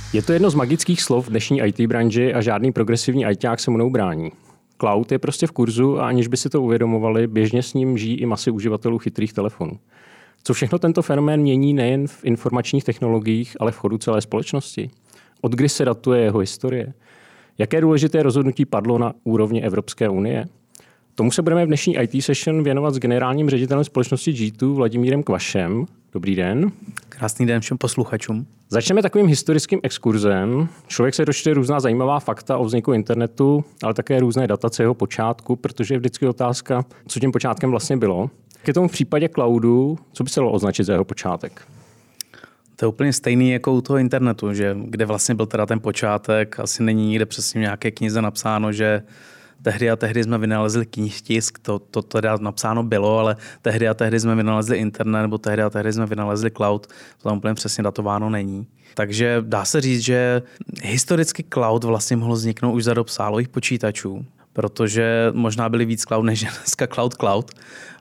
Je to jedno z magických slov v dnešní IT branži a žádný progresivní ITák se mu neubrání. Cloud je prostě v kurzu a aniž by si to uvědomovali, běžně s ním žijí i masy uživatelů chytrých telefonů. Co všechno tento fenomén mění nejen v informačních technologiích, ale v chodu celé společnosti? Od kdy se datuje jeho historie? Jaké důležité rozhodnutí padlo na úrovni Evropské unie? Tomu se budeme v dnešní IT session věnovat s generálním ředitelem společnosti G2 Vladimírem Kvašem. Dobrý den. Krásný den všem posluchačům. Začneme takovým historickým exkurzem. Člověk se dočte různá zajímavá fakta o vzniku internetu, ale také různé datace jeho počátku, protože je vždycky otázka, co tím počátkem vlastně bylo. K tomu v případě cloudu, co by se dalo označit za jeho počátek? To je úplně stejný jako u toho internetu, že kde vlastně byl teda ten počátek, asi není nikde přesně v nějaké knize napsáno, že tehdy a tehdy jsme vynalezli knihtisk, to teda napsáno bylo, ale tehdy a tehdy jsme vynalezli internet, nebo tehdy a tehdy jsme vynalezli cloud, to tam úplně přesně datováno není. Takže dá se říct, že historicky cloud vlastně mohl vzniknout už za dob sálových počítačů, protože možná byly víc cloud než dneska cloud.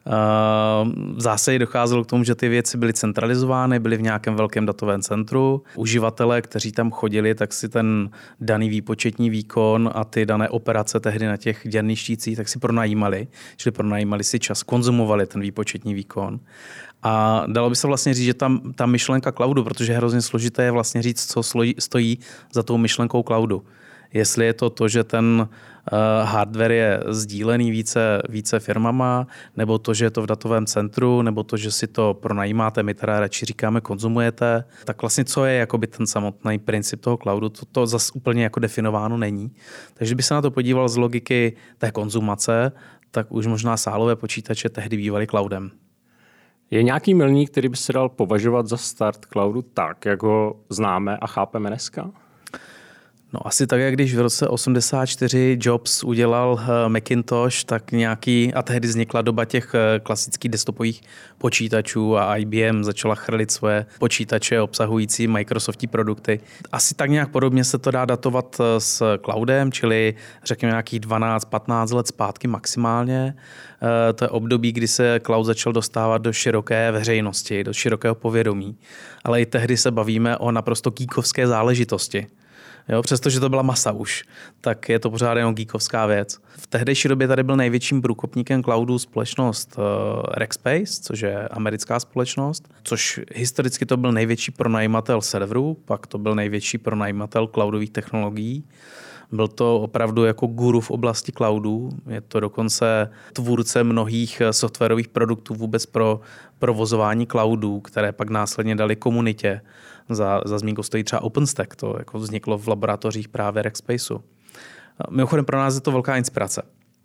V zásadě docházelo k tomu, že ty věci byly centralizovány, byly v nějakém velkém datovém centru. Uživatelé, kteří tam chodili, tak si ten daný výpočetní výkon a ty dané operace tehdy na těch děrných štítcích tak si pronajímali. Čili pronajímali si čas, konzumovali ten výpočetní výkon. A dalo by se vlastně říct, že tam ta myšlenka cloudu, protože je hrozně složité je vlastně říct, co stojí za tou myšlenkou cloudu. Jestli je to, že ten hardware je sdílený více firmama, nebo to, že je to v datovém centru, nebo to, že si to pronajímáte, my teda radši říkáme konzumujete, tak vlastně co je jakoby ten samotný princip toho cloudu, to zase úplně jako definováno není. Takže by se na to podíval z logiky té konzumace, tak už možná sálové počítače tehdy bývaly cloudem. Je nějaký milník, který by se dal považovat za start cloudu tak, jak ho známe a chápeme dneska? No asi tak, jak když v roce 84 Jobs udělal Macintosh, tak nějaký, a tehdy vznikla doba těch klasických desktopových počítačů a IBM začala chrlit svoje počítače obsahující Microsoftí produkty. Asi tak nějak podobně se to dá datovat s cloudem, čili řekněme nějakých 12-15 let zpátky maximálně. To je období, kdy se cloud začal dostávat do široké veřejnosti, do širokého povědomí. Ale i tehdy se bavíme o naprosto geekovské záležitosti. Jo, přestože to byla masa už, tak je to pořád jenom geekovská věc. V tehdejší době tady byl největším průkopníkem cloudu společnost Rackspace, což je americká společnost, což historicky to byl největší pronajímatel serverů, pak to byl největší pronajímatel cloudových technologií. Byl to opravdu jako guru v oblasti cloudu. Je to dokonce tvůrce mnohých softwarových produktů vůbec pro provozování cloudů, které pak následně dali komunitě. Za zmínku stojí třeba OpenStack, to jako vzniklo v laboratořích právě Rackspaceu. Mimochodem pro nás je to velká inspirace,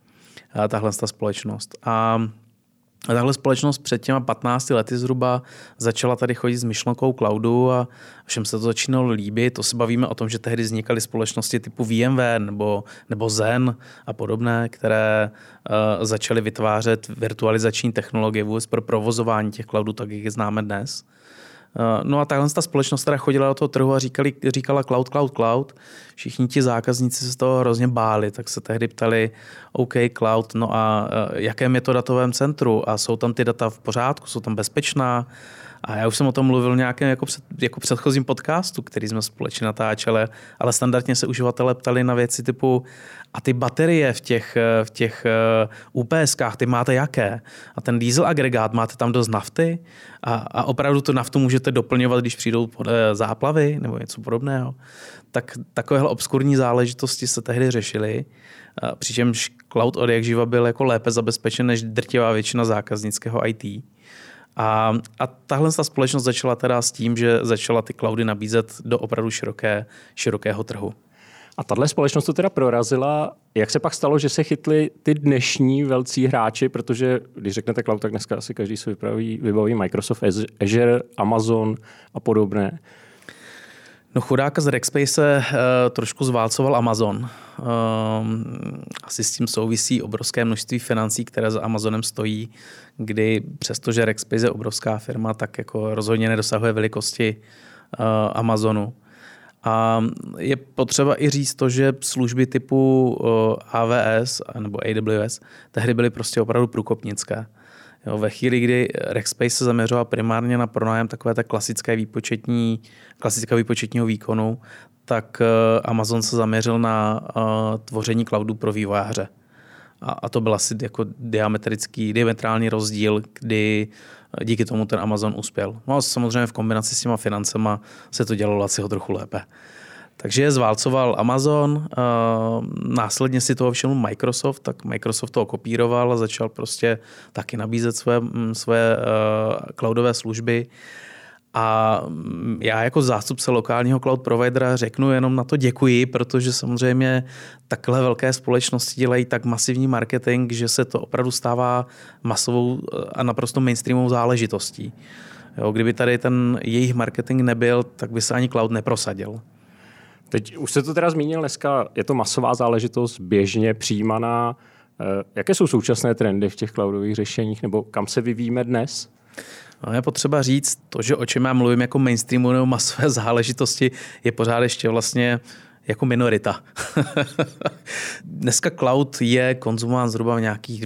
tahle společnost. A tahle společnost před těma 15 lety zhruba začala tady chodit s myšlenkou cloudu a všem se to začínalo líbit. To se bavíme o tom, že tehdy vznikaly společnosti typu VMware nebo Zen a podobné, které začaly vytvářet virtualizační technologie vůbec pro provozování těch cloudů, tak jak je známe dnes. No a takhle ta společnost teda chodila do toho trhu a říkala cloud. Všichni ti zákazníci se z toho hrozně báli, tak se tehdy ptali, OK, cloud, no a jakém je to datovém centru a jsou tam ty data v pořádku, jsou tam bezpečná? A já už jsem o tom mluvil v nějakém jako předchozím podcastu, který jsme společně natáčeli, ale standardně se uživatelé ptali na věci typu a ty baterie v těch UPSkách, ty máte jaké? A ten diesel agregát, máte tam dost nafty? A opravdu tu naftu můžete doplňovat, když přijdou záplavy nebo něco podobného? Tak takovéhle obskurní záležitosti se tehdy řešily, přičemž cloud od jak živa byl jako lépe zabezpečen než drtivá většina zákaznického IT. A tahle společnost začala teda s tím, že začala ty cloudy nabízet do opravdu širokého trhu. A tahle společnost to teda prorazila. Jak se pak stalo, že se chytli ty dnešní velcí hráči, protože když řeknete cloud, tak dneska asi každý se vybaví Microsoft Azure, Amazon a podobné. No chudáka z Rackspace trošku zválcoval Amazon. Asi s tím souvisí obrovské množství financí, které za Amazonem stojí, kdy přestože Rackspace je obrovská firma, tak jako rozhodně nedosahuje velikosti Amazonu. A je potřeba i říct to, že služby typu AWS nebo AWS tehdy byly prostě opravdu průkopnické. Jo, ve chvíli, kdy Rackspace se zaměřoval primárně na pronájem takové klasického výpočetního výkonu, tak Amazon se zaměřil na tvoření cloudu pro vývojáře. A to byl asi jako diametrální rozdíl, kdy díky tomu ten Amazon uspěl. No a samozřejmě v kombinaci s těma financema se to dělalo asi o trochu lépe. Takže je zválcoval Amazon, následně si toho všiml Microsoft, tak Microsoft to kopíroval a začal prostě taky nabízet své cloudové služby. A já jako zástupce lokálního cloud providera řeknu jenom na to děkuji, protože samozřejmě takhle velké společnosti dělají tak masivní marketing, že se to opravdu stává masovou a naprosto mainstreamovou záležitostí. Jo, kdyby tady ten jejich marketing nebyl, tak by se ani cloud neprosadil. Teď už se to teda zmínil, dneska je to masová záležitost, běžně přijímaná. Jaké jsou současné trendy v těch cloudových řešeních, nebo kam se vyvíjíme dnes? No, je potřeba říct, to, že o čem já mluvím jako mainstreamu nebo masové záležitosti, je pořád ještě vlastně jako minorita. Dneska cloud je konzumován zhruba v nějakých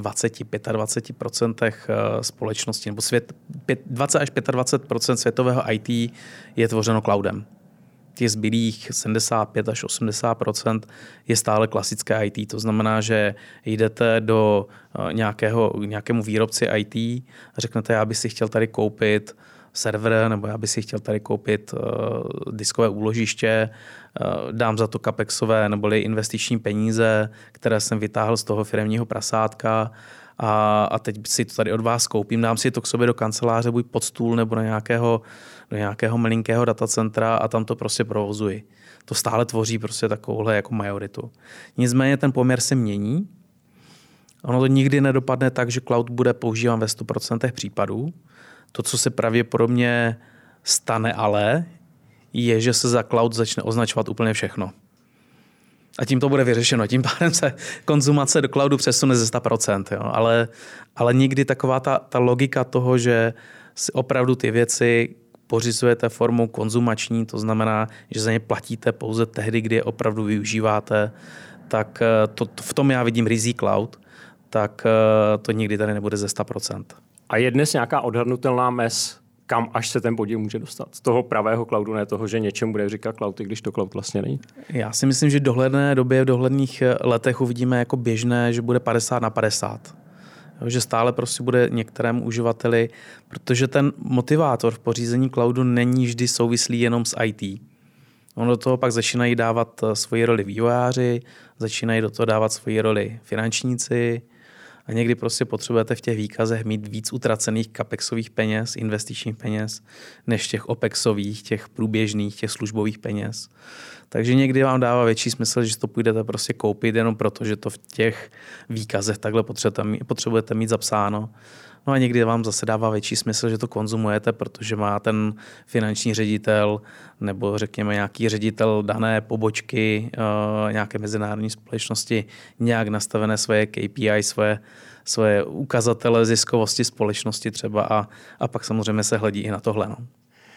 20-25% společnosti, nebo 20 až 25% světového IT je tvořeno cloudem. Těch zbylých 75 až 80% je stále klasické IT. To znamená, že jdete do nějakému výrobci IT a řeknete, já bych si chtěl tady koupit server, nebo já bych si chtěl tady koupit diskové úložiště, dám za to capexové neboli investiční peníze, které jsem vytáhl z toho firemního prasátka a teď si to tady od vás koupím, dám si to k sobě do kanceláře, buď pod stůl nebo do nějakého malinkého datacentra a tam to prostě provozuji. To stále tvoří prostě takovouhle jako majoritu. Nicméně ten poměr se mění. Ono to nikdy nedopadne tak, že cloud bude používán ve 100% případů. To, co se pravděpodobně stane ale, je, že se za cloud začne označovat úplně všechno. A tím to bude vyřešeno. Tím pádem se konzumace do cloudu přesune ze 100%. Jo. Ale nikdy taková ta logika toho, že si opravdu ty věci pořizujete formou konzumační, to znamená, že za ně platíte pouze tehdy, kdy je opravdu využíváte, tak v tom já vidím rizí cloud, tak to nikdy tady nebude ze 100%. A je dnes nějaká odhadnutelná mez, kam až se ten podíl může dostat? Z toho pravého cloudu, ne toho, že něčemu bude říkat cloud, i když to cloud vlastně není? Já si myslím, že v dohledné době, v dohledných letech uvidíme jako běžné, že bude 50/50. Že stále prostě bude některému uživateli, protože ten motivátor v pořízení cloudu není vždy souvislý jenom s IT. Ono do toho pak začínají dávat svoji roli vývojáři, začínají do toho dávat svoji roli finančníci a někdy prostě potřebujete v těch výkazech mít víc utracených capexových peněz, investičních peněz, než těch opexových, těch průběžných, těch službových peněz. Takže někdy vám dává větší smysl, že to půjdete prostě koupit jenom proto, že to v těch výkazech takhle potřebujete mít zapsáno. No a někdy vám zase dává větší smysl, že to konzumujete, protože má ten finanční ředitel nebo řekněme nějaký ředitel dané pobočky nějaké mezinárodní společnosti nějak nastavené svoje KPI, svoje ukazatele ziskovosti společnosti třeba a pak samozřejmě se hledí i na tohle. No.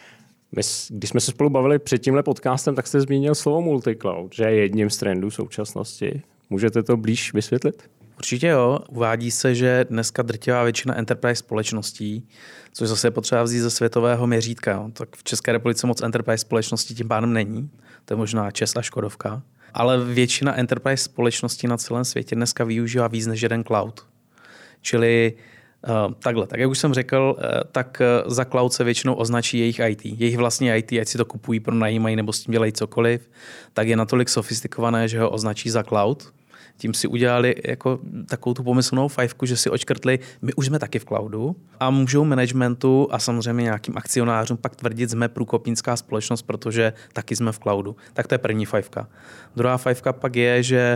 Když jsme se spolu bavili před tímhle podcastem, tak jste zmínil slovo multicloud, že je jedním z trendů současnosti. Můžete to blíž vysvětlit? Určitě jo. Uvádí se, že dneska drtivá většina enterprise společností, což zase je potřeba vzít ze světového měřítka. Jo. Tak v České republice moc enterprise společností tím pádem není. To je možná ČEZ a Škodovka. Ale většina enterprise společností na celém světě dneska využívá víc než jeden cloud. Čili takhle, tak jak už jsem řekl, tak za cloud se většinou označí jejich IT. Jejich vlastní IT, ať si to kupují, pronajímají nebo s tím dělají cokoliv, tak je natolik sofistikované, že ho označí za cloud. Tím si udělali jako takovou tu pomyslnou fajfku, že si očkrtli, my už jsme taky v cloudu a můžou managementu a samozřejmě nějakým akcionářům pak tvrdit, jsme průkopnická společnost, protože taky jsme v cloudu. Tak to je první fajfka. Druhá fajfka pak je, že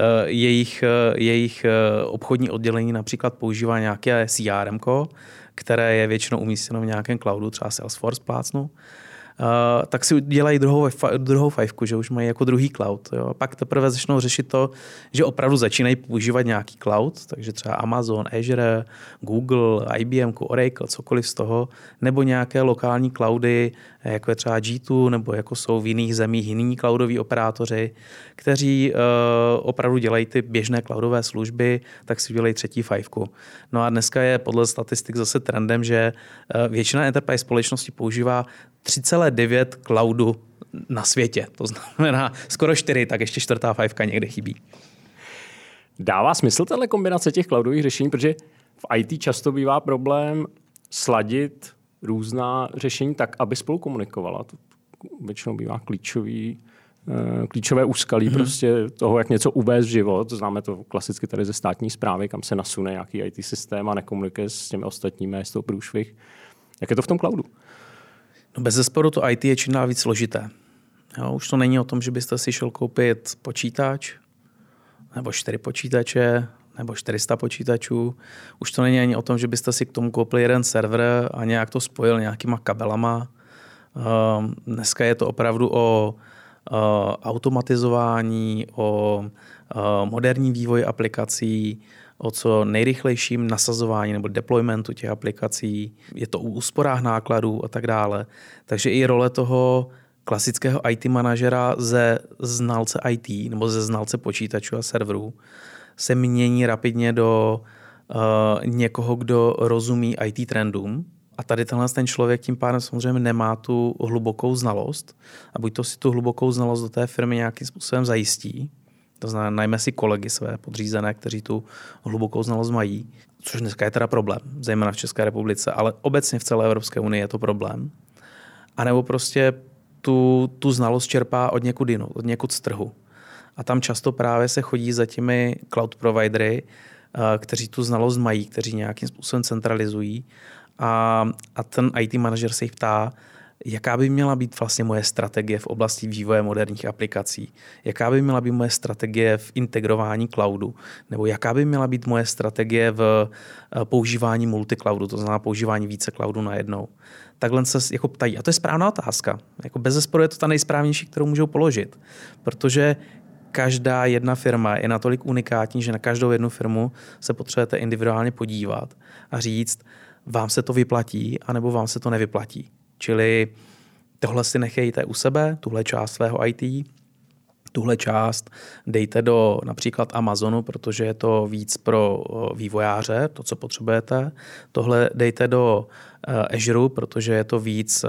jejich obchodní oddělení například používá nějaké CRM, které je většinou umístěno v nějakém cloudu, třeba Salesforce plácnu. Tak si dělají druhou fajfku, že už mají jako druhý cloud. Jo. A pak teprve začnou řešit to, že opravdu začínají používat nějaký cloud, takže třeba Amazon, Azure, Google, IBM, Oracle, cokoliv z toho, nebo nějaké lokální cloudy, jako je třeba G2, nebo jako jsou v jiných zemích jiní cloudoví operátoři, kteří opravdu dělají ty běžné cloudové služby, tak si dělají třetí fajfku. No a dneska je podle statistik zase trendem, že většina enterprise společností používá 3,9 cloudu na světě. To znamená skoro 4, tak ještě 4. 5 někde chybí. Dává smysl tahle kombinace těch cloudových řešení, protože v IT často bývá problém sladit různá řešení tak, aby spolu komunikovala. To většinou bývá klíčové úskalí prostě toho, jak něco uvést v život. Známe to klasicky tady ze státní správy, kam se nasune nějaký IT systém a nekomunikuje s těmi ostatními, je to průšvih. Jak je to v tom cloudu? No bezesporu to IT je čím dál víc složité. Jo, už to není o tom, že byste si šel koupit počítač, nebo 4 počítače, nebo 400 počítačů. Už to není ani o tom, že byste si k tomu koupili jeden server a nějak to spojil nějakýma kabelama. Dneska je to opravdu o automatizování, o moderní vývoj aplikací, o co nejrychlejším nasazování nebo deploymentu těch aplikací. Je to o úsporách nákladů a tak dále. Takže i role toho klasického IT manažera ze znalce IT nebo ze znalce počítačů a serverů se mění rapidně do někoho, kdo rozumí IT trendům. A tady ten člověk tím pádem samozřejmě nemá tu hlubokou znalost. A buď to si tu hlubokou znalost do té firmy nějakým způsobem zajistí, to znamená, najme si kolegy své podřízené, kteří tu hlubokou znalost mají, což dneska je teda problém, zejména v České republice, ale obecně v celé Evropské unii je to problém. A nebo prostě tu znalost čerpá od někud jinou, od někud z trhu. A tam často právě se chodí za těmi cloud providery, kteří tu znalost mají, kteří nějakým způsobem centralizují. A ten IT manažer se jich ptá, jaká by měla být vlastně moje strategie v oblasti vývoje moderních aplikací, jaká by měla být moje strategie v integrování cloudu, nebo jaká by měla být moje strategie v používání multicloudu, to znamená používání více cloudu najednou. Takhle se jako ptají. A to je správná otázka. Jako bezesporu je to ta nejsprávnější, kterou můžou položit, protože každá jedna firma je natolik unikátní, že na každou jednu firmu se potřebujete individuálně podívat a říct, vám se to vyplatí, anebo vám se to nevyplatí. Čili tohle si nechejte u sebe, tuhle část svého IT, tuhle část dejte do například Amazonu, protože je to víc pro vývojáře, to, co potřebujete. Tohle dejte do Azure, protože je to víc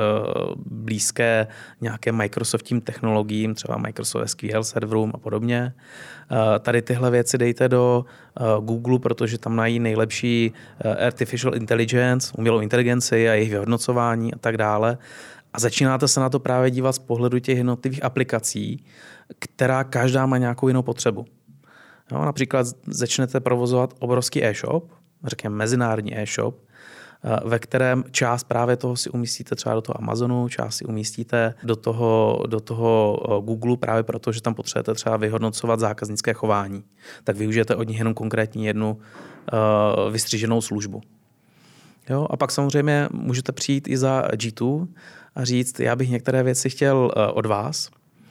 blízké nějakým Microsoftním technologiím, třeba Microsoft SQL serverům a podobně. Tady tyhle věci dejte do Google, protože tam mají nejlepší artificial intelligence, umělou inteligenci a jejich vyhodnocování a tak dále. A začínáte se na to právě dívat z pohledu těch jednotlivých aplikací, která každá má nějakou jinou potřebu. Jo, například začnete provozovat obrovský e-shop, řekněme mezinárodní e-shop, ve kterém část právě toho si umístíte třeba do toho Amazonu, část si umístíte do toho Google právě proto, že tam potřebujete třeba vyhodnocovat zákaznické chování. Tak využijete od nich jenom konkrétní jednu vystřiženou službu. Jo, a pak samozřejmě můžete přijít i za G2 a říct, já bych některé věci chtěl od vás,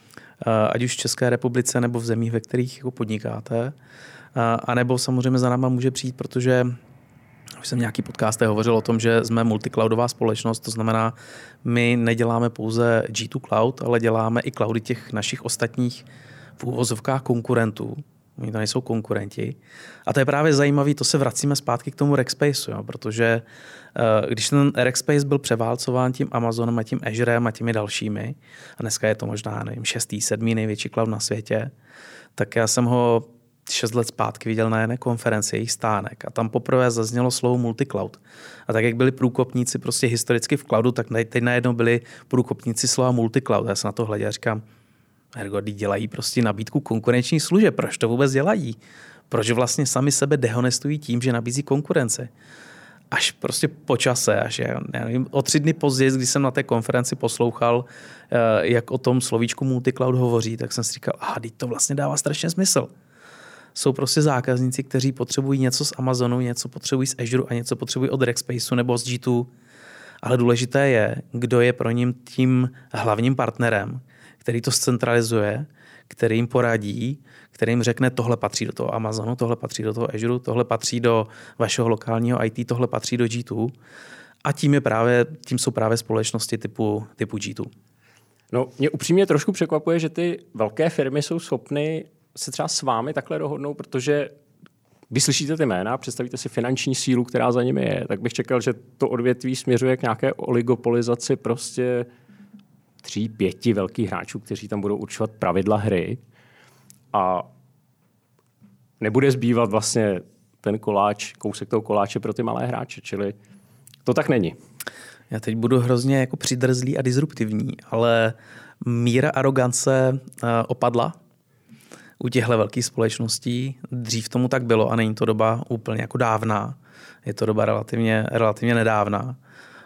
ať už v České republice nebo v zemích, ve kterých jako podnikáte. A nebo samozřejmě za náma může přijít, protože už jsem nějaký podcast hovořil o tom, že jsme multicloudová společnost, to znamená, my neděláme pouze G2 Cloud, ale děláme i cloudy těch našich ostatních v úvozovkách konkurentů. Oni to nejsou konkurenti. A to je právě zajímavé, to se vracíme zpátky k tomu Rackspaceu, jo, protože když ten Rackspace byl převálcován tím Amazonem a tím Azurem a těmi dalšími, a dneska je to možná, nevím, 6., 7. největší cloud na světě, tak já jsem ho 6 let zpátky viděl na jedné konferenci, jejich stánek, a tam poprvé zaznělo slovo multicloud. A tak, jak byli průkopníci prostě historicky v cloudu, tak teď najednou byli průkopníci slova multicloud. Já se na to hleděl a říkám, ergo, dělají prostě nabídku konkurenčních služeb. Proč to vůbec dělají? Proč vlastně sami sebe dehonestují tím, že nabízí konkurence? Až prostě po čase, až já nevím, o 3 dny později, když jsem na té konferenci poslouchal, jak o tom slovíčku multicloud hovoří, tak jsem si říkal, teď to vlastně dává strašně smysl. Jsou prostě zákazníci, kteří potřebují něco z Amazonu, něco potřebují z Azure a něco potřebují od Rackspaceu nebo z G2. Ale důležité je, kdo je pro ním tím hlavním partnerem, který to zcentralizuje, který jim poradí, který jim řekne, tohle patří do toho Amazonu, tohle patří do toho Azure, tohle patří do vašeho lokálního IT, tohle patří do G2. A tím jsou právě společnosti typu G2. No, mě upřímně trošku překvapuje, že ty velké firmy jsou schopny se třeba s vámi takhle dohodnou, protože když slyšíte ty jména, představíte si finanční sílu, která za nimi je, tak bych čekal, že to odvětví směřuje k nějaké oligopolizaci prostě 3-5 velkých hráčů, kteří tam budou určovat pravidla hry a nebude zbývat vlastně ten koláč, kousek toho koláče pro ty malé hráče, čili to tak není. Já teď budu hrozně jako přidrzlý a disruptivní, ale míra arogance opadla u těchto velkých společností. Dřív tomu tak bylo a není to doba úplně jako dávná. Je to doba relativně nedávná,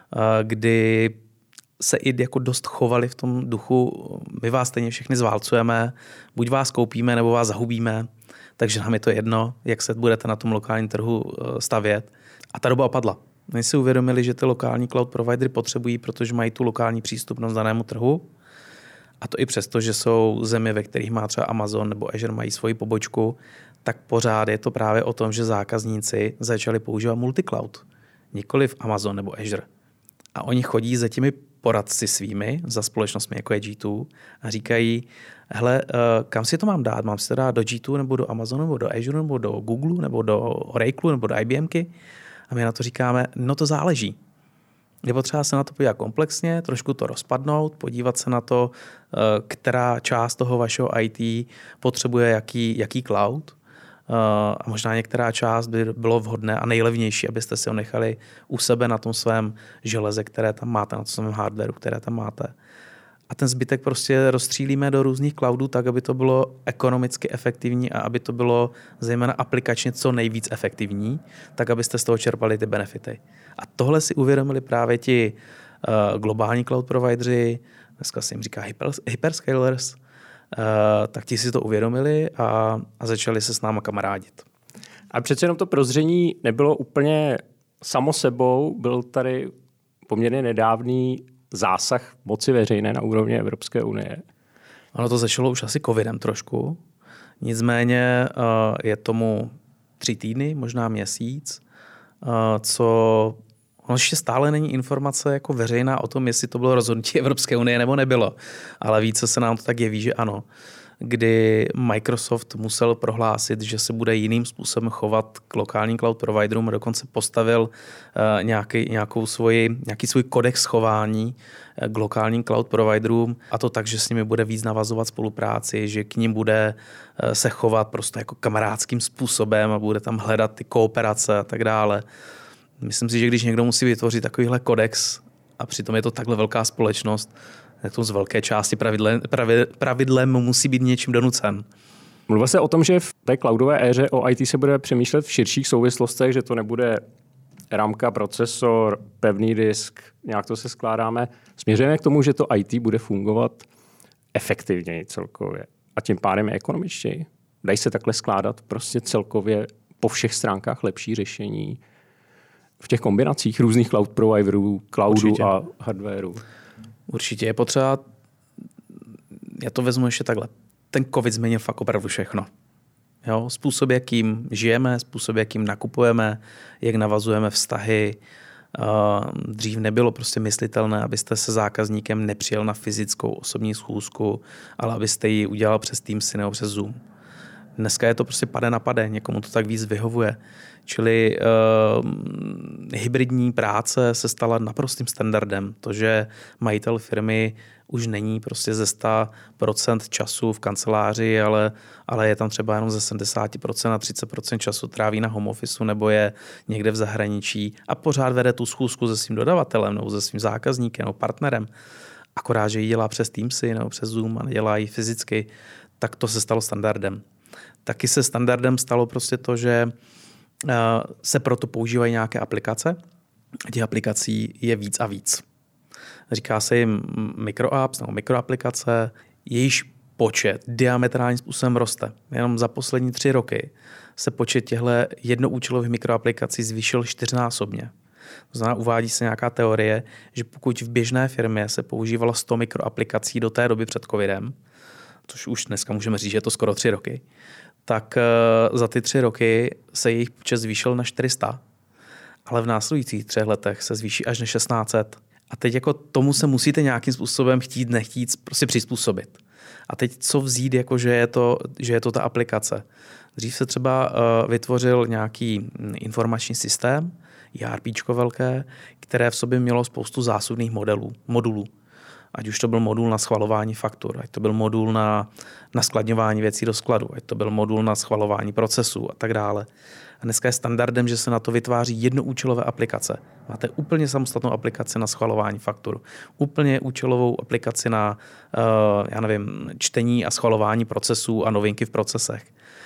kdy se i jako dost chovali v tom duchu, my vás stejně všechny zválcujeme, buď vás koupíme, nebo vás zahubíme, takže nám je to jedno, jak se budete na tom lokálním trhu stavět. A ta doba opadla. My si uvědomili, že ty lokální cloud providery potřebují, protože mají tu lokální přístupnost danému trhu. A to i přesto, že jsou země, ve kterých má třeba Amazon nebo Azure mají svoji pobočku, tak pořád je to právě o tom, že zákazníci začali používat multicloud. Nikoliv Amazon nebo Azure. A oni chodí za těmi poradci svými, za společnostmi jako je G2 a říkají, hele, kam si to mám dát? Mám si to dát do G2 nebo do Amazonu nebo do Azure nebo do Google nebo do Oracle nebo do IBMky? A my na to říkáme, no to záleží. Je potřeba se na to podívat komplexně, trošku to rozpadnout, podívat se na to, která část toho vašeho IT potřebuje jaký cloud. A možná některá část by bylo vhodné a nejlevnější, abyste si ho nechali u sebe na tom svém železe, které tam máte, na tom svém hardwareu, které tam máte. A ten zbytek prostě rozstřílíme do různých cloudů tak, aby to bylo ekonomicky efektivní a aby to bylo zejména aplikačně co nejvíc efektivní, tak abyste z toho čerpali ty benefity. A tohle si uvědomili právě ti globální cloud provideři, dneska se jim říká hyperscalers, tak ti si to uvědomili a začali se s náma kamarádit. A přece jenom to prozření nebylo úplně samo sebou, byl tady poměrně nedávný zásah moci veřejné na úrovni Evropské unie. Ono to začalo už asi covidem trošku, nicméně je tomu 3 týdny, možná měsíc, co ono ještě stále není informace jako veřejná o tom, jestli to bylo rozhodnutí Evropské unie nebo nebylo, ale více se nám to tak jeví, že ano. Kdy Microsoft musel prohlásit, že se bude jiným způsobem chovat k lokálním cloud providerům a dokonce postavil nějaký svůj kodex chování k lokálním cloud providerům a to tak, že s nimi bude víc navazovat spolupráci, že k ním bude se chovat prostě jako kamarádským způsobem a bude tam hledat ty kooperace a tak dále. Myslím si, že když někdo musí vytvořit takovýhle kodex a přitom je to takhle velká společnost, tak to z velké části pravidlem musí být něčím donucen. Mluvil se o tom, že v té cloudové éře o IT se bude přemýšlet v širších souvislostech, že to nebude ramka, procesor, pevný disk, nějak to se skládáme. Směřujeme k tomu, že to IT bude fungovat efektivněji celkově a tím pádem je ekonomičtěji. Dají se takhle skládat prostě celkově po všech stránkách lepší řešení v těch kombinacích různých cloud providerů, cloudu Určitě. A hardwareu. Určitě je potřeba, já to vezmu ještě takhle, ten covid změnil fakt opravdu všechno. Jo? Způsob, jakým žijeme, způsob, jakým nakupujeme, jak navazujeme vztahy. Dřív nebylo prostě myslitelné, abyste se zákazníkem nepřijel na fyzickou osobní schůzku, ale abyste ji udělal přes Teamsy nebo přes Zoom. Dneska je to prostě pade na pade, někomu to tak víc vyhovuje. Čili hybridní práce se stala naprostým standardem. To, že majitel firmy už není prostě ze 100% času v kanceláři, ale je tam třeba jenom ze 70% a 30% času tráví na home officeu nebo je někde v zahraničí a pořád vede tu schůzku se svým dodavatelem nebo se svým zákazníkem nebo partnerem. Akorát, že ji dělá přes Teamsy nebo přes Zoom a nedělá ji fyzicky, tak to se stalo standardem. Taky se standardem stalo prostě to, že se proto používají nějaké aplikace. Těch aplikací je víc a víc. Říká se jim mikroapps nebo mikroaplikace, jejíž počet diametrálním způsobem roste. Jenom za poslední 3 roky se počet těchto jednoúčelových mikroaplikací zvýšil 4násobně. To znamená, uvádí se nějaká teorie, že pokud v běžné firmě se používalo 100 mikroaplikací do té doby před covidem, což už dneska můžeme říct, že je to skoro 3 roky, tak za ty 3 roky se jejich počet zvýšil na 400, ale v následujících 3 letech se zvýší až na 1600. A teď jako tomu se musíte nějakým způsobem chtít, nechtít prostě přizpůsobit. A teď co vzít, jako že je to ta aplikace. Dřív se třeba vytvořil nějaký informační systém, ERPčko velké, které v sobě mělo spoustu zásuvných modulů. Ať už to byl modul na schvalování faktur, ať to byl modul na skladňování věcí do skladu, ať to byl modul na schvalování procesů a tak dále. A dneska je standardem, že se na to vytváří jednoúčelové aplikace. Máte úplně samostatnou aplikaci na schvalování faktur, úplně účelovou aplikaci na čtení a schvalování procesů a novinky v procesech.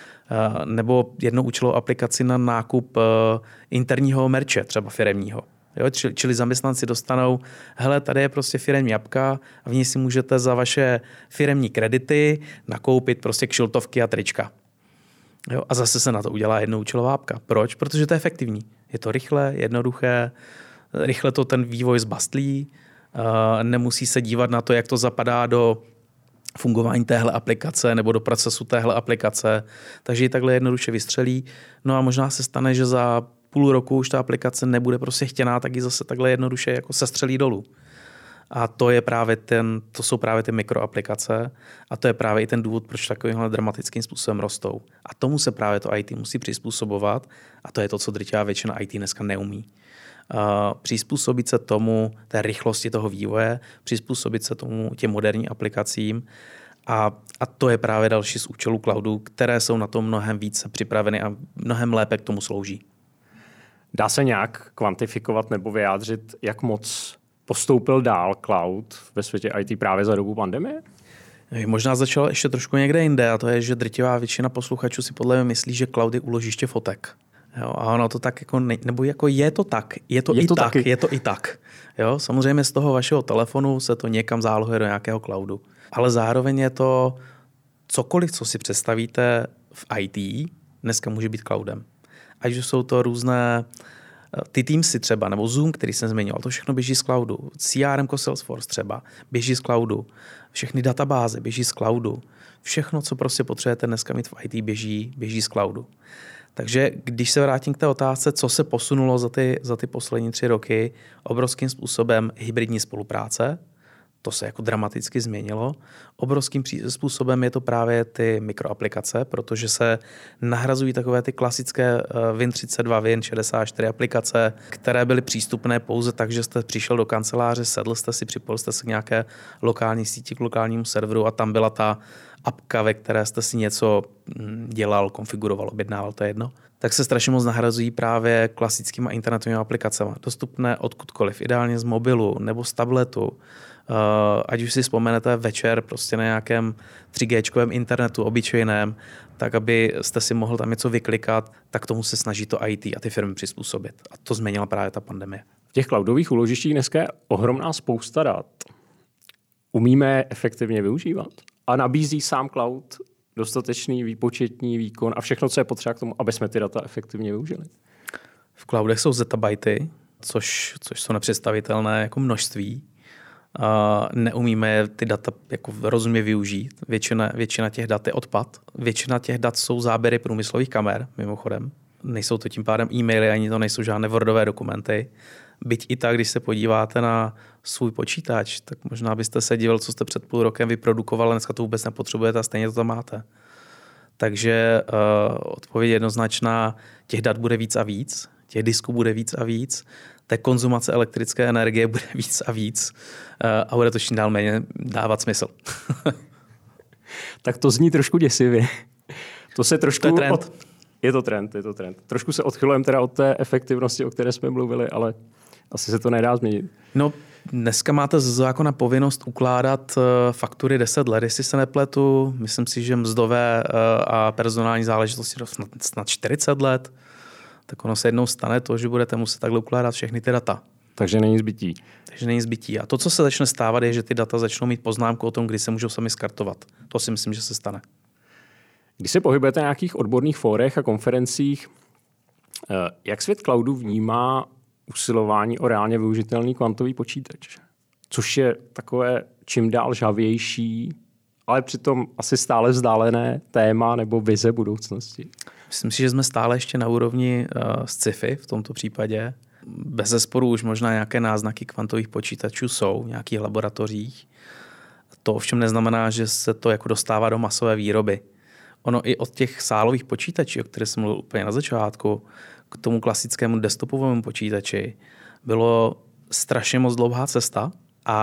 Nebo jednoúčelovou aplikaci na nákup interního merče, třeba firemního. Jo, čili zaměstnanci dostanou, hele, tady je prostě firemní apka a v ní si můžete za vaše firemní kredity nakoupit prostě kšiltovky a trička. Jo, a zase se na to udělá jednoúčelová apka. Proč? Protože to je efektivní. Je to rychle, jednoduché, rychle to ten vývoj zbastlí, nemusí se dívat na to, jak to zapadá do fungování téhle aplikace nebo do procesu téhle aplikace, takže ji takhle jednoduše vystřelí. No a možná se stane, že za půl roku už ta aplikace nebude prostě chtěná, tak ji zase takhle jednoduše jako sestřelí dolů. A to jsou právě ty mikroaplikace a to je právě i ten důvod, proč takovýmhle dramatickým způsobem rostou. A tomu se právě to IT musí přizpůsobovat a to je to, co drtivá většina IT dneska neumí. Přizpůsobit se tomu, té rychlosti toho vývoje, přizpůsobit se tomu těm moderním aplikacím a to je právě další z účelů cloudu, které jsou na to mnohem více připraveny a mnohem lépe k tomu slouží. Dá se nějak kvantifikovat nebo vyjádřit, jak moc postoupil dál cloud ve světě IT právě za dobu pandemie? Možná začalo ještě trošku někde jinde a to je, že drtivá většina posluchačů si podle mě myslí, že cloud je úložiště fotek. Jo, a ono to tak jako, nebo jako je to tak, je to i tak. Jo, samozřejmě z toho vašeho telefonu se to někam zálohuje do nějakého cloudu. Ale zároveň je to cokoliv, co si představíte v IT, dneska může být cloudem. Ať jsou to různé ty Teamsy třeba, nebo Zoom, který jsem zmiňoval, to všechno běží z cloudu. CRM jako Salesforce třeba, běží z cloudu. Všechny databáze běží z cloudu. Všechno, co prostě potřebujete dneska mít v IT, běží z cloudu. Takže když se vrátím k té otázce, co se posunulo za ty poslední 3 roky, obrovským způsobem hybridní spolupráce, to se jako dramaticky změnilo. Obrovským způsobem je to právě ty mikroaplikace, protože se nahrazují takové ty klasické Win32, Win64 aplikace, které byly přístupné pouze tak, že jste přišel do kanceláře, sedl jste si, připojil jste se k nějaké lokální síti, k lokálnímu serveru a tam byla ta apka, ve které jste si něco dělal, konfiguroval, objednával, to je jedno. Tak se strašně moc nahrazují právě klasickýma internetovými aplikacemi. Dostupné odkudkoliv, ideálně z mobilu nebo z tabletu. Ať už si vzpomenete večer prostě na nějakém 3G internetu obyčejném, tak aby jste si mohl tam něco vyklikat, tak tomu se snaží to IT a ty firmy přizpůsobit. A to změnila právě ta pandemie. V těch cloudových úložištích dneska je ohromná spousta dat. Umíme efektivně využívat? A nabízí sám cloud dostatečný výpočetní výkon a všechno, co je potřeba k tomu, aby jsme ty data efektivně využili? V cloudech jsou zettabyty, což jsou nepředstavitelné jako množství. Neumíme ty data jako rozumně využít. Většina těch dat je odpad. Většina těch dat jsou záběry průmyslových kamer, mimochodem. Nejsou to tím pádem e-maily, ani to nejsou žádné wordové dokumenty. Byť i tak, když se podíváte na svůj počítač, tak možná byste se díval, co jste před půl rokem vyprodukoval, ale dneska to vůbec nepotřebujete a stejně to tam máte. Takže odpověď je jednoznačná, těch dat bude víc a víc, těch disků bude víc a víc, té konzumace elektrické energie bude víc a víc a bude to čím dál méně dávat smysl. Tak to zní trošku děsivě. To se trošku... To je trend. Je to trend. Trošku se odchylujeme teda od té efektivnosti, o které jsme mluvili, ale asi se to nedá změnit. No, dneska máte z zákona povinnost ukládat faktury 10 let, jestli se nepletu. Myslím si, že mzdové a personální záležitosti snad 40 let. Tak ono se jednou stane to, že budete muset takhle ukládat všechny ty data. Takže není zbytí. A to, co se začne stávat, je, že ty data začnou mít poznámku o tom, kdy se můžou sami skartovat. To si myslím, že se stane. Když se pohybujete na nějakých odborných fórech a konferencích, jak svět cloudu vnímá usilování o reálně využitelný kvantový počítač? Což je takové čím dál žhavější, ale přitom asi stále vzdálené téma nebo vize budoucnosti. Myslím si, že jsme stále ještě na úrovni sci-fi v tomto případě. Bezesporu už možná nějaké náznaky kvantových počítačů jsou v nějakých laboratořích. To ovšem neznamená, že se to jako dostává do masové výroby. Ono i od těch sálových počítačů, o kterých jsem mluvil úplně na začátku, k tomu klasickému desktopovému počítači bylo strašně moc dlouhá cesta a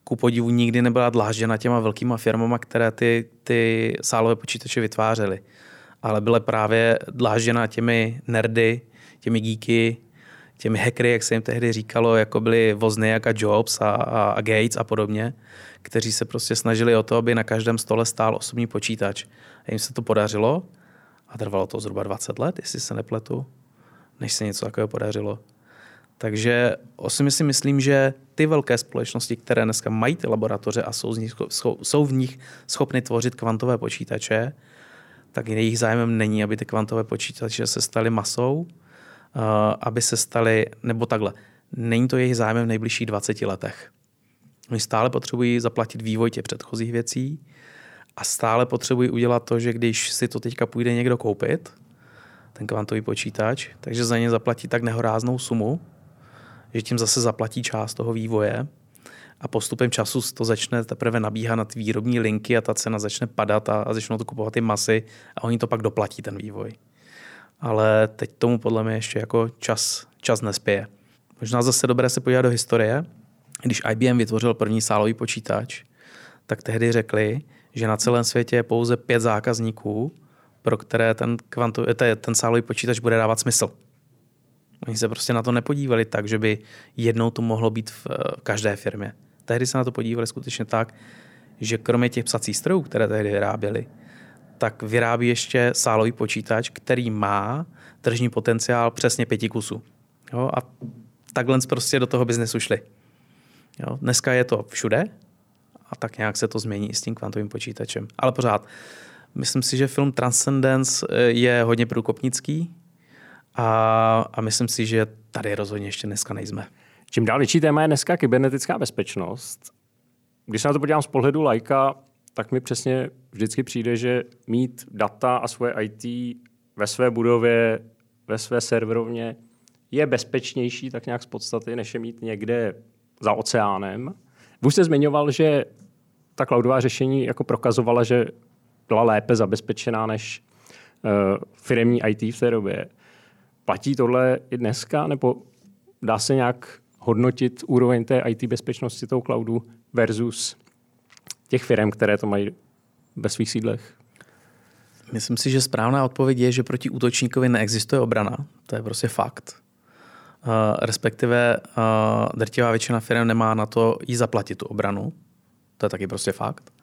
ku podivu nikdy nebyla dlážděna těma velkýma firmama, které ty sálové počítače vytvářely. Ale byla právě dlážděna těmi nerdy, těmi geeky, těmi hackery, jak se jim tehdy říkalo, jako byli Wozniak a Jobs a Gates a podobně, kteří se prostě snažili o to, aby na každém stole stál osobní počítač. A jim se to podařilo a trvalo to zhruba 20 let, jestli se nepletu, než se něco takového podařilo. Takže osobně si myslím, že ty velké společnosti, které dneska mají ty laboratoře a jsou v nich schopny tvořit kvantové počítače, tak jejich zájmem není, aby ty kvantové počítače se staly masou, aby se staly, nebo takhle, není to jejich zájmem v nejbližších 20 letech. Oni stále potřebují zaplatit vývoj těch předchozích věcí a stále potřebují udělat to, že když si to teďka půjde někdo koupit, ten kvantový počítač, takže za ně zaplatí tak nehoráznou sumu, že tím zase zaplatí část toho vývoje a postupem času to začne teprve nabíhat na ty výrobní linky a ta cena začne padat a začnou to kupovat ty masy a oni to pak doplatí ten vývoj. Ale teď tomu podle mě ještě jako čas nespěje. Možná zase dobré se podívat do historie. Když IBM vytvořil první sálový počítač, tak tehdy řekli, že na celém světě je pouze 5 zákazníků, pro které ten sálový počítač bude dávat smysl. Oni se prostě na to nepodívali tak, že by jednou to mohlo být v každé firmě. Tehdy se na to podívali skutečně tak, že kromě těch psacích strojů, které tehdy vyráběli, tak vyrábí ještě sálový počítač, který má tržní potenciál přesně 5 kusů. Jo? A takhle prostě do toho biznesu šli. Jo? Dneska je to všude a tak nějak se to změní i s tím kvantovým počítačem. Ale pořád, myslím si, že film Transcendence je hodně průkopnický a myslím si, že tady rozhodně ještě dneska nejsme. Čím dál větší téma je dneska kybernetická bezpečnost. Když se na to podívám z pohledu laika, tak mi přesně vždycky přijde, že mít data a svoje IT ve své budově, ve své serverovně je bezpečnější tak nějak z podstaty, než je mít někde za oceánem. Vy jste zmiňoval, že ta cloudová řešení jako prokazovala, že byla lépe zabezpečená než firemní IT v té době. Platí tohle i dneska, nebo dá se nějak hodnotit úroveň té IT bezpečnosti tou cloudu versus těch firm, které to mají ve svých sídlech? Myslím si, že správná odpověď je, že proti útočníkovi neexistuje obrana. To je prostě fakt. Respektive drtivá většina firm nemá na to jí zaplatit tu obranu. To je taky prostě fakt.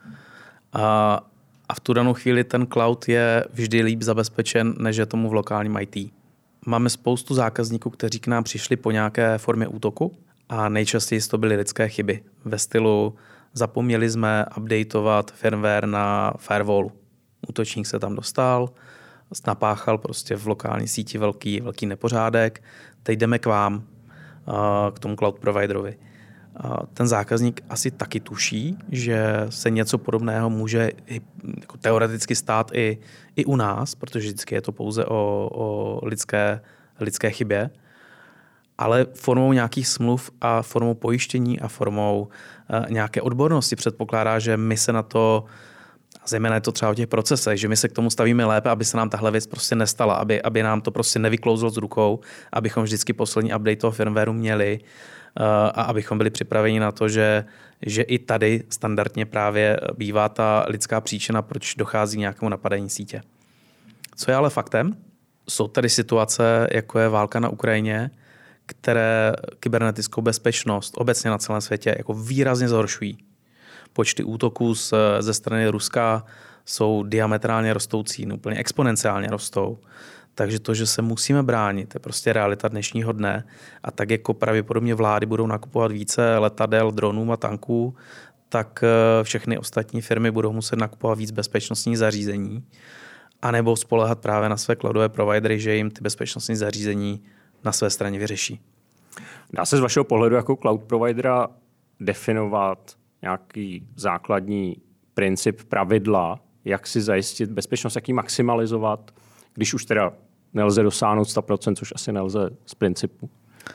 A v tu danou chvíli ten cloud je vždy líp zabezpečen, než je tomu v lokálním IT. Máme spoustu zákazníků, kteří k nám přišli po nějaké formě útoku a nejčastěji to byly lidské chyby. Ve stylu zapomněli jsme updateovat firmware na firewallu. Útočník se tam dostal, napáchal prostě v lokální síti velký nepořádek. Teď jdeme k vám, k tomu cloud providerovi. Ten zákazník asi taky tuší, že se něco podobného může jako teoreticky stát i u nás, protože vždycky je to pouze o lidské chybě, ale formou nějakých smluv a formou pojištění a formou nějaké odbornosti předpokládá, že my se na to, zejména je to třeba o těch procesech, že my se k tomu stavíme lépe, aby se nám tahle věc prostě nestala, aby nám to prostě nevyklouzlo z rukou, abychom vždycky poslední update toho firmwareu měli a abychom byli připraveni na to, že i tady standardně právě bývá ta lidská příčina, proč dochází k nějakému napadení sítě. Co je ale faktem? Jsou tady situace, jako je válka na Ukrajině, které kybernetickou bezpečnost obecně na celém světě jako výrazně zhoršují. Počty útoků ze strany Ruska jsou diametrálně rostoucí, úplně exponenciálně rostou. Takže to, že se musíme bránit, je prostě realita dnešního dne. A tak jako pravděpodobně vlády budou nakupovat více letadel, dronů a tanků, tak všechny ostatní firmy budou muset nakupovat víc bezpečnostních zařízení anebo spoléhat právě na své cloudové providery, že jim ty bezpečnostní zařízení na své straně vyřeší. Dá se z vašeho pohledu jako cloud providera definovat nějaký základní princip, pravidla, jak si zajistit bezpečnost, jak ji maximalizovat, když už teda nelze dosáhnout 100%, což asi nelze z principu?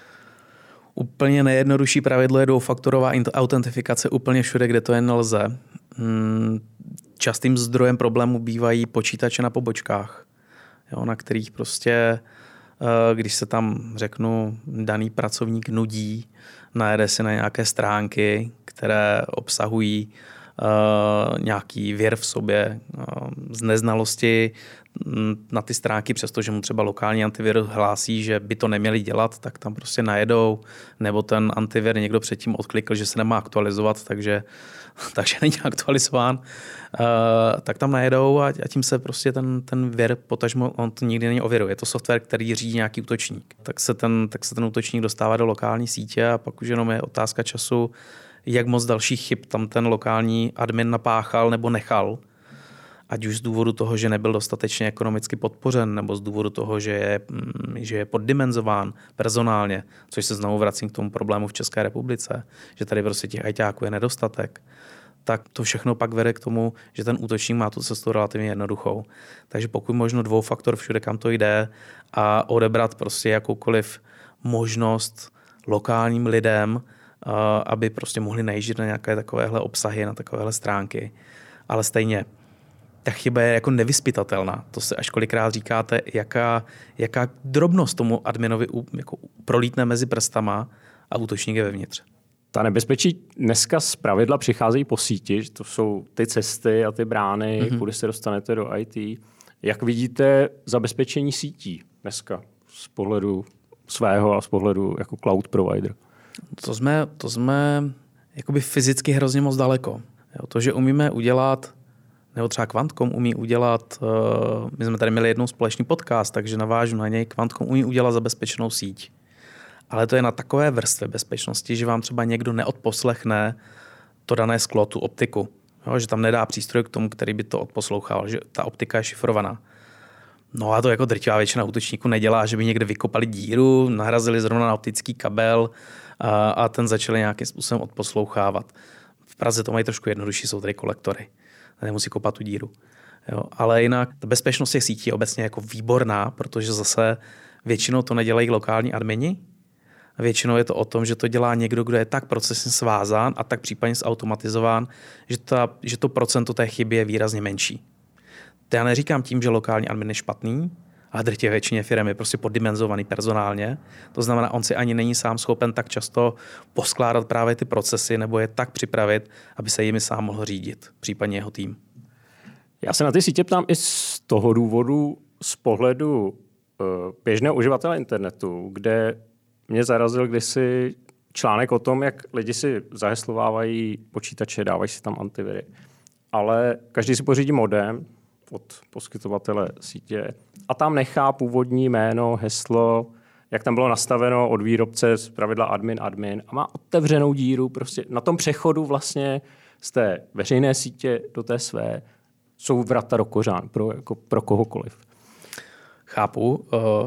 Úplně nejjednodušší pravidlo je dvoufaktorová autentifikace úplně všude, kde to jen lze. Častým zdrojem problému bývají počítače na pobočkách, jo, na kterých prostě když se tam, řeknu, daný pracovník nudí, najede si na nějaké stránky, které obsahují nějaký věr v sobě z neznalosti na ty stránky, přestože mu třeba lokální antivirus hlásí, že by to neměli dělat, tak tam prostě najedou, nebo ten antivir někdo předtím odklikl, že se nemá aktualizovat, takže není aktualizován, tak tam najedou a tím se prostě ten vir, potažmo on to nikdy není ověruje. Je to software, který řídí nějaký útočník. Tak se ten útočník dostává do lokální sítě a pak už jenom je otázka času, jak moc dalších chyb tam ten lokální admin napáchal nebo nechal. Ať už z důvodu toho, že nebyl dostatečně ekonomicky podpořen, nebo z důvodu toho, že je poddimenzován personálně, což se znovu vracím k tomu problému v České republice, že tady prostě těch ajťáků je nedostatek, tak to všechno pak vede k tomu, že ten útočník má tu cestu relativně jednoduchou. Takže pokud možno dvoufaktor všude, kam to jde a odebrat prostě jakoukoliv možnost lokálním lidem, aby prostě mohli najíždět na nějaké takovéhle obsahy, na takovéhle stránky. Ale stejně, ta chyba je jako nevyzpytatelná. To se až kolikrát říkáte, jaká drobnost tomu adminovi jako prolítne mezi prstama a útočník je vevnitř. Ta nebezpečí dneska zpravidla přicházejí po síti, že to jsou ty cesty a ty brány, kudy se dostanete do IT. Jak vidíte zabezpečení sítí dneska z pohledu svého a z pohledu jako cloud provider? To jsme jakoby fyzicky hrozně moc daleko. Jo, to, že umíme udělat, nebo třeba Quantcom umí udělat, my jsme tady měli jednou společný podcast, takže navážu na něj, Quantcom umí udělat zabezpečenou síť. Ale to je na takové vrstvě bezpečnosti, že vám třeba někdo neodposlechne to dané sklo, tu optiku. Jo, že tam nedá přístroj k tomu, který by to odposlouchal, že ta optika je šifrovaná. No a to jako drtivá většina útočníků nedělá, že by někde vykopali díru, nahrazili zrovna na optický kabel a ten začali nějakým způsobem odposlouchávat. V Praze to mají trošku jednodušší, jsou tady kolektory. Nemusí kopat tu díru. Jo, ale jinak ta bezpečnost těch sítí je obecně jako výborná, protože zase většinou to nedělají lokální admini. Většinou je to o tom, že to dělá někdo, kdo je tak procesně svázán a tak případně zautomatizován, že to procento té chyby je výrazně menší. To já neříkám tím, že lokální admin je špatný, ale drtivě většině firem je prostě poddimenzovaný personálně. To znamená, on si ani není sám schopen tak často poskládat právě ty procesy nebo je tak připravit, aby se jimi sám mohl řídit, případně jeho tým. Já se na ty sítě ptám i z toho důvodu, z pohledu běžného uživatele internetu, kde mě zarazil kdysi článek o tom, jak lidi si zaheslovávají počítače, dávají si tam antiviry. Ale každý si pořídí modem od poskytovatele sítě a tam nechá původní jméno, heslo, jak tam bylo nastaveno od výrobce z pravidla admin a má otevřenou díru prostě na tom přechodu vlastně z té veřejné sítě do té své jsou vrata do kořán pro kohokoliv. Chápu.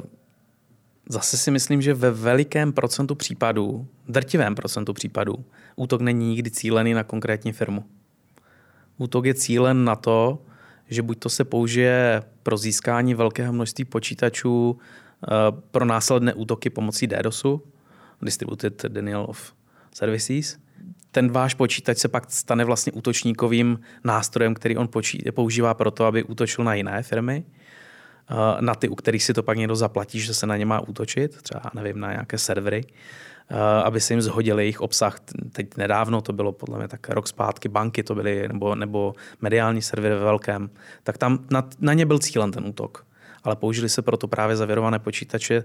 Zase si myslím, že ve velikém procentu případů, drtivém procentu případů, útok není nikdy cílený na konkrétní firmu. Útok je cílen na to, že buď to se použije pro získání velkého množství počítačů pro následné útoky pomocí DDoSu, Distributed Denial of Services. Ten váš počítač se pak stane vlastně útočníkovým nástrojem, který on používá pro to, aby útočil na jiné firmy, na ty, u kterých si to pak někdo zaplatí, že se na ně má útočit, třeba nevím, na nějaké servery, aby se jim zhodil jejich obsah. Teď nedávno to bylo podle mě tak rok zpátky, banky to byly, nebo mediální servery ve velkém, tak tam na ně byl cílen ten útok. Ale použili se proto právě zavěrované počítače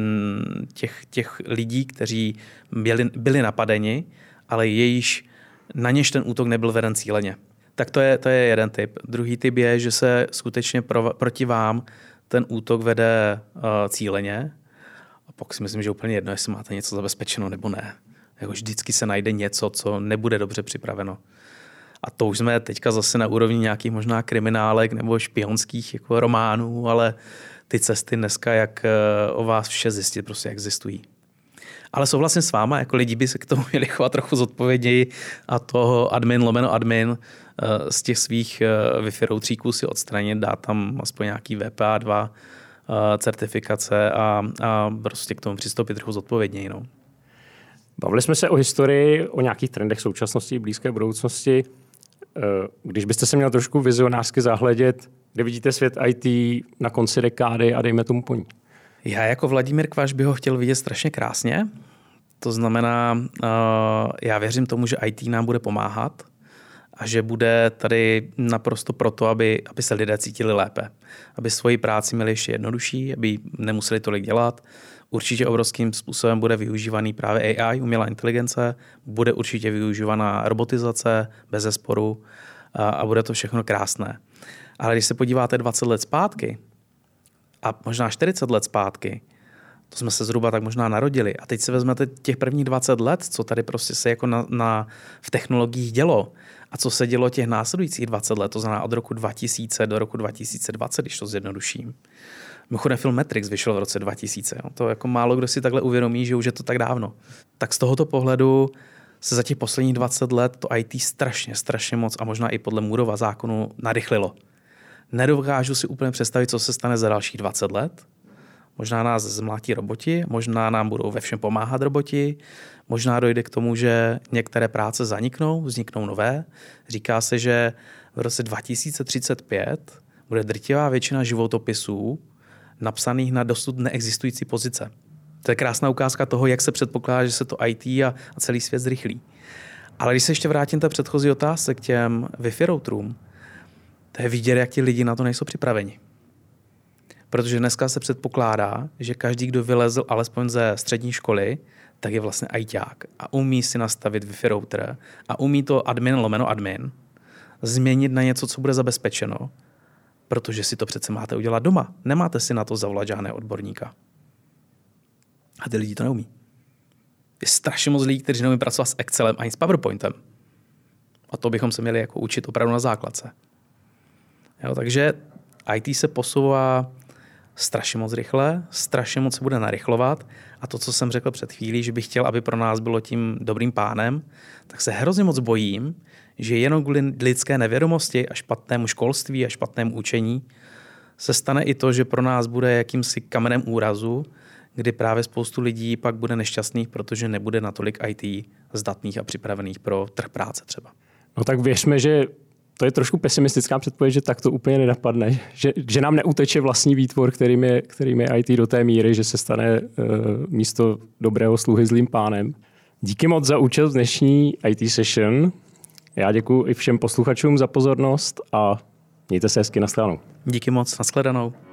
těch lidí, kteří byli napadeni, ale na něž ten útok nebyl veden cíleně. Tak to je jeden typ. Druhý typ je, že se skutečně proti vám ten útok vede cíleně. A pak si myslím, že úplně jedno, jestli máte něco zabezpečeno nebo ne. Jako vždycky se najde něco, co nebude dobře připraveno. A to už jsme teďka zase na úrovni nějakých možná kriminálek nebo špionských jako románů, ale ty cesty dneska, jak o vás vše zjistit, prostě existují. Ale souhlasím s váma, jako lidi by se k tomu měli chovat trochu zodpovědněji a toho admin z těch svých Wi-Fi routeríků si odstranit, dát tam aspoň nějaký VPA2 certifikace a prostě k tomu přistoupit trochu zodpovědněji. No. Bavili jsme se o historii, o nějakých trendech současnosti i blízké budoucnosti. Když byste se měl trošku vizionářsky zahledět, kde vidíte svět IT na konci dekády a dejme tomu po ní? Já jako Vladimír Kvaš bych ho chtěl vidět strašně krásně. To znamená, já věřím tomu, že IT nám bude pomáhat a že bude tady naprosto proto, aby se lidé cítili lépe. Aby svoji práci měli ještě jednodušší, aby nemuseli tolik dělat. Určitě obrovským způsobem bude využívaný právě AI, umělá inteligence, bude určitě využívaná robotizace, bezesporu a bude to všechno krásné. Ale když se podíváte 20 let zpátky a možná 40 let zpátky, to jsme se zhruba tak možná narodili. A teď si vezmete těch prvních 20 let, co tady prostě se jako v technologiích dělo a co se dělo těch následujících 20 let, to znamená od roku 2000 do roku 2020, když to zjednoduším. Mimochodem film Matrix vyšel v roce 2000. Jo. To jako málo kdo si takhle uvědomí, že už je to tak dávno. Tak z tohoto pohledu se za těch posledních 20 let to IT strašně moc a možná i podle Moorova zákonu narychlilo. Nedokážu si úplně představit, co se stane za dalších 20 let. Možná nás zmlátí roboti, možná nám budou ve všem pomáhat roboti, možná dojde k tomu, že některé práce zaniknou, vzniknou nové. Říká se, že v roce 2035 bude drtivá většina životopisů napsaných na dosud neexistující pozice. To je krásná ukázka toho, jak se předpokládá, že se to IT a celý svět zrychlí. Ale když se ještě vrátím té předchozí otázce k těm Wi-Fi routerům, to je vidět, jak ti lidi na to nejsou připraveni. Protože dneska se předpokládá, že každý, kdo vylezl alespoň ze střední školy, tak je vlastně ajťák a umí si nastavit Wi-Fi router a umí to admin změnit na něco, co bude zabezpečeno, protože si to přece máte udělat doma. Nemáte si na to zavolat žádného odborníka. A ty lidi to neumí. Je strašně moc lidí, kteří neumí pracovat s Excelem ani s PowerPointem. A to bychom se měli jako učit opravdu na základce. Jo, takže IT se posouvá strašně moc rychle, strašně moc se bude narychlovat a to, co jsem řekl před chvílí, že bych chtěl, aby pro nás bylo tím dobrým pánem, tak se hrozně moc bojím, že jenom kvůli lidské nevědomosti a špatnému školství a špatnému učení se stane i to, že pro nás bude jakýmsi kamenem úrazu, kdy právě spoustu lidí pak bude nešťastných, protože nebude natolik IT zdatných a připravených pro trh práce třeba. No tak věřme, že to je trošku pesimistická předpověď, že tak to úplně nenapadne. Že nám neuteče vlastní výtvor, kterým je IT do té míry, že se stane místo dobrého sluhy zlým pánem. Díky moc za účast v dnešní IT session. Já děkuji i všem posluchačům za pozornost a mějte se hezky, nashledanou. Díky moc, nashledanou.